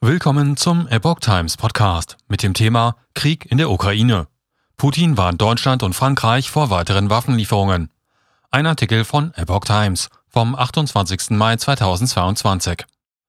Willkommen zum Epoch Times Podcast mit dem Thema Krieg in der Ukraine. Putin warnt Deutschland und Frankreich vor weiteren Waffenlieferungen. Ein Artikel von Epoch Times vom 28. Mai 2022.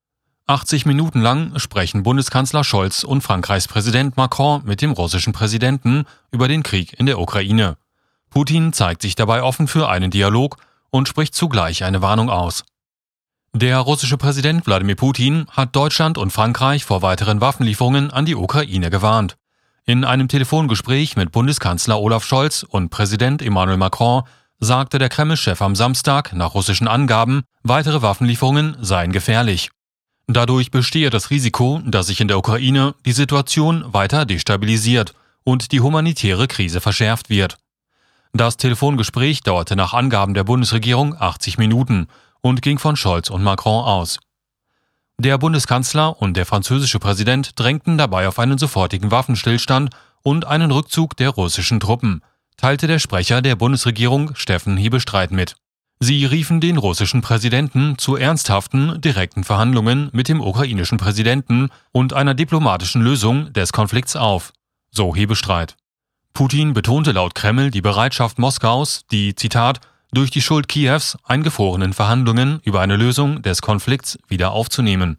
80 Minuten lang sprechen Bundeskanzler Scholz und Frankreichs Präsident Macron mit dem russischen Präsidenten über den Krieg in der Ukraine. Putin zeigt sich dabei offen für einen Dialog und spricht zugleich eine Warnung aus. Der russische Präsident Wladimir Putin hat Deutschland und Frankreich vor weiteren Waffenlieferungen an die Ukraine gewarnt. In einem Telefongespräch mit Bundeskanzler Olaf Scholz und Präsident Emmanuel Macron sagte der Kreml-Chef am Samstag nach russischen Angaben, weitere Waffenlieferungen seien gefährlich. Dadurch bestehe das Risiko, dass sich in der Ukraine die Situation weiter destabilisiert und die humanitäre Krise verschärft wird. Das Telefongespräch dauerte nach Angaben der Bundesregierung 80 Minuten und ging von Scholz und Macron aus. Der Bundeskanzler und der französische Präsident drängten dabei auf einen sofortigen Waffenstillstand und einen Rückzug der russischen Truppen, teilte der Sprecher der Bundesregierung Steffen Hebestreit mit. Sie riefen den russischen Präsidenten zu ernsthaften, direkten Verhandlungen mit dem ukrainischen Präsidenten und einer diplomatischen Lösung des Konflikts auf, so Hebestreit. Putin betonte laut Kreml die Bereitschaft Moskaus, die, Zitat, durch die Schuld Kiews eingefrorenen Verhandlungen über eine Lösung des Konflikts wieder aufzunehmen.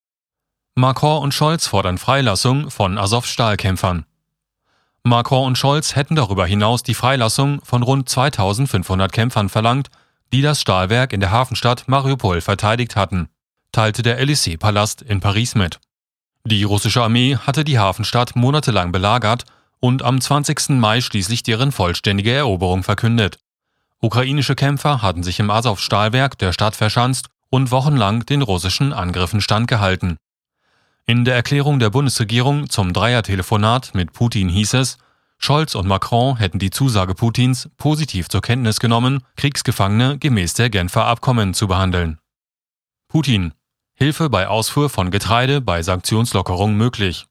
Macron und Scholz fordern Freilassung von Asowsch-Stahlkämpfern. Macron und Scholz hätten darüber hinaus die Freilassung von rund 2500 Kämpfern verlangt, die das Stahlwerk in der Hafenstadt Mariupol verteidigt hatten, teilte der Élysée-Palast in Paris mit. Die russische Armee hatte die Hafenstadt monatelang belagert und am 20. Mai schließlich deren vollständige Eroberung verkündet. Ukrainische Kämpfer hatten sich im Asowsch-Stahlwerk der Stadt verschanzt und wochenlang den russischen Angriffen standgehalten. In der Erklärung der Bundesregierung zum Dreiertelefonat mit Putin hieß es, Scholz und Macron hätten die Zusage Putins positiv zur Kenntnis genommen, Kriegsgefangene gemäß der Genfer Abkommen zu behandeln. Putin: Hilfe bei Ausfuhr von Getreide bei Sanktionslockerung möglich.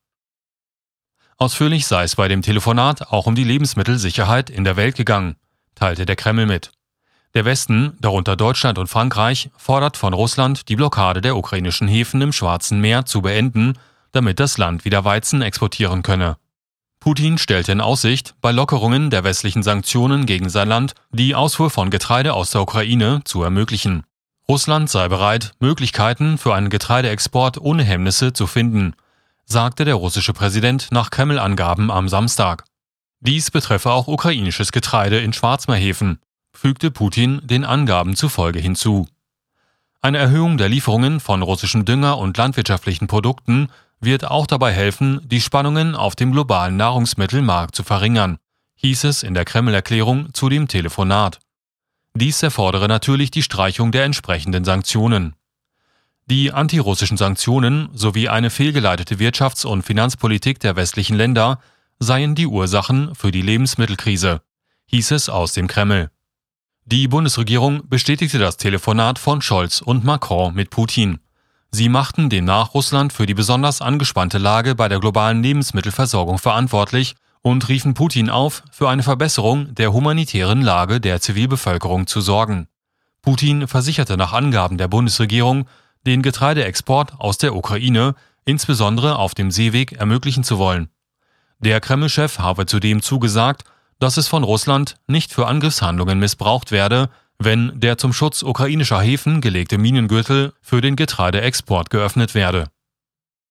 Ausführlich sei es bei dem Telefonat auch um die Lebensmittelsicherheit in der Welt gegangen, teilte der Kreml mit. Der Westen, darunter Deutschland und Frankreich, fordert von Russland, die Blockade der ukrainischen Häfen im Schwarzen Meer zu beenden, damit das Land wieder Weizen exportieren könne. Putin stellte in Aussicht, bei Lockerungen der westlichen Sanktionen gegen sein Land die Ausfuhr von Getreide aus der Ukraine zu ermöglichen. Russland sei bereit, Möglichkeiten für einen Getreideexport ohne Hemmnisse zu finden, sagte der russische Präsident nach Kreml-Angaben am Samstag. Dies betreffe auch ukrainisches Getreide in Schwarzmeerhäfen, fügte Putin den Angaben zufolge hinzu. Eine Erhöhung der Lieferungen von russischem Dünger und landwirtschaftlichen Produkten wird auch dabei helfen, die Spannungen auf dem globalen Nahrungsmittelmarkt zu verringern, hieß es in der Kreml-Erklärung zu dem Telefonat. Dies erfordere natürlich die Streichung der entsprechenden Sanktionen. Die antirussischen Sanktionen sowie eine fehlgeleitete Wirtschafts- und Finanzpolitik der westlichen Länder seien die Ursachen für die Lebensmittelkrise, hieß es aus dem Kreml. Die Bundesregierung bestätigte das Telefonat von Scholz und Macron mit Putin. Sie machten demnach Russland für die besonders angespannte Lage bei der globalen Lebensmittelversorgung verantwortlich und riefen Putin auf, für eine Verbesserung der humanitären Lage der Zivilbevölkerung zu sorgen. Putin versicherte nach Angaben der Bundesregierung, den Getreideexport aus der Ukraine, insbesondere auf dem Seeweg, ermöglichen zu wollen. Der Kreml-Chef habe zudem zugesagt, dass es von Russland nicht für Angriffshandlungen missbraucht werde, wenn der zum Schutz ukrainischer Häfen gelegte Minengürtel für den Getreideexport geöffnet werde.